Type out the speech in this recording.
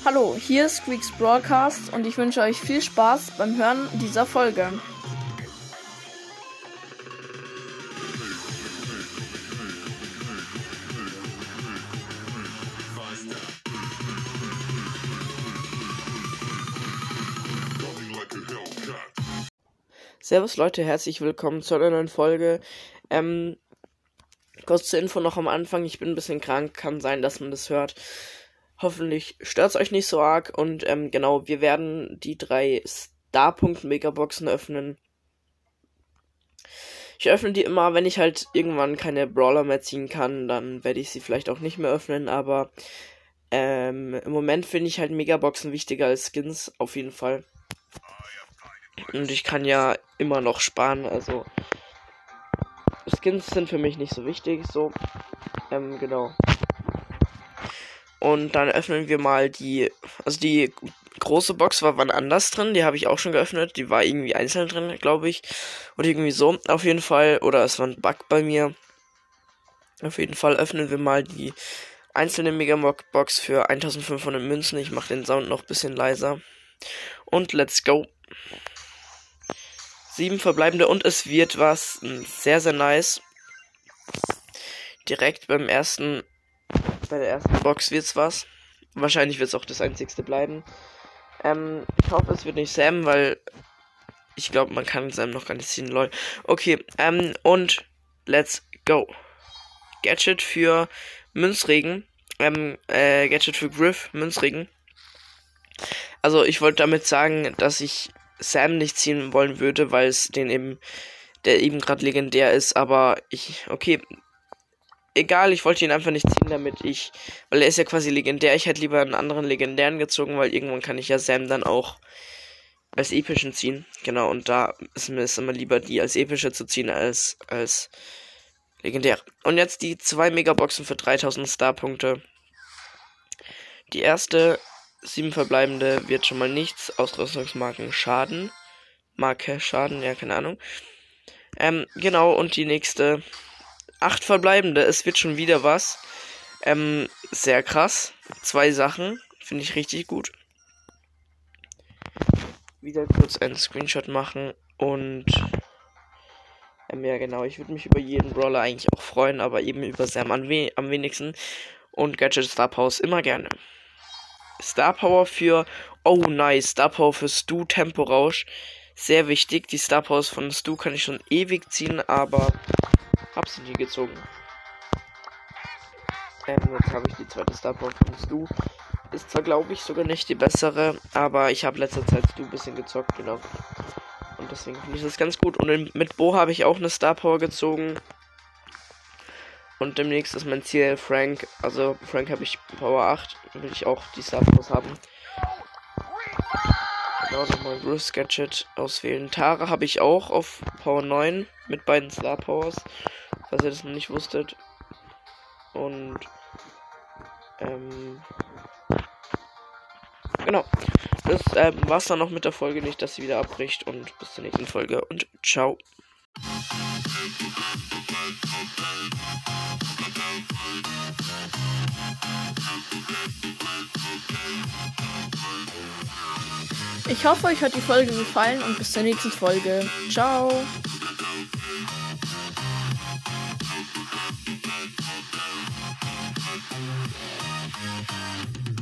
Hallo, hier ist Squeaks Broadcast und ich wünsche euch viel Spaß beim Hören dieser Folge. Servus Leute, herzlich willkommen zu einer neuen Folge. Kurze Info noch am Anfang, ich bin ein bisschen krank, kann sein, dass man das hört. Hoffentlich stört es euch nicht so arg und genau, wir werden die 3 Starpunkt-Megaboxen öffnen. Ich öffne die immer, wenn ich halt irgendwann keine Brawler mehr ziehen kann, dann werde ich sie vielleicht auch nicht mehr öffnen, aber im Moment finde ich halt Megaboxen wichtiger als Skins, auf jeden Fall. Und ich kann ja immer noch sparen, also Skins sind für mich nicht so wichtig, so, genau. Und dann öffnen wir mal die große Box war wann anders drin, die habe ich auch schon geöffnet, die war irgendwie einzeln drin, glaube ich, oder irgendwie so, auf jeden Fall, oder es war ein Bug bei mir. Auf jeden Fall öffnen wir mal die einzelne Megabox für 1500 Münzen, ich mache den Sound noch ein bisschen leiser. Und let's go. 7 verbleibende und es wird was sehr, sehr nice. Direkt bei der ersten Box wird's was. Wahrscheinlich wird's auch das einzigste bleiben. Ich hoffe, es wird nicht Sam, weil ich glaube, man kann Sam noch gar nicht ziehen, lol. Okay, und let's go. Gadget für Münzregen. Gadget für Griff, Münzregen. Also, ich wollte damit sagen, dass ich Sam nicht ziehen wollen würde, weil es der eben gerade legendär ist, aber okay, egal, ich wollte ihn einfach nicht ziehen, weil er ist ja quasi legendär, ich hätte lieber einen anderen legendären gezogen, weil irgendwann kann ich ja Sam dann auch als epischen ziehen, genau, und da ist mir es immer lieber, die als epische zu ziehen, als legendär. Und jetzt die 2 Megaboxen für 3000 Starpunkte. Die erste 7 verbleibende wird schon mal nichts. Ausrüstungsmarken Schaden. Marke Schaden, ja, keine Ahnung. Genau, und die nächste 8 verbleibende. Es wird schon wieder was. Sehr krass. 2 Sachen. Finde ich richtig gut. Wieder kurz einen Screenshot machen. Und ja, genau. Ich würde mich über jeden Brawler eigentlich auch freuen, aber eben über Sam am wenigsten. Und Gadget Star Powers immer gerne. Star Power für, oh nice, Star Power für Stu Temporausch, sehr wichtig, die Star Powers von Stu kann ich schon ewig ziehen, aber hab sie nie gezogen. Jetzt habe ich die zweite Star Power von Stu, ist zwar glaube ich sogar nicht die bessere, aber ich habe letzter Zeit Stu ein bisschen gezockt, genau, und deswegen finde ich das ganz gut. Und mit Bo habe ich auch eine Star Power gezogen. Und demnächst ist mein Ziel Frank. Also Frank habe ich Power 8. Will ich auch die Star Powers haben. Genau, nochmal Bruce Gadget auswählen. Tara habe ich auch auf Power 9 mit beiden Star Powers. Falls ihr das noch nicht wusstet. Und genau. Das war's dann noch mit der Folge. Nicht, dass sie wieder abbricht. Und bis zur nächsten Folge. Und ciao. Ich hoffe, euch hat die Folge gefallen und bis zur nächsten Folge. Ciao!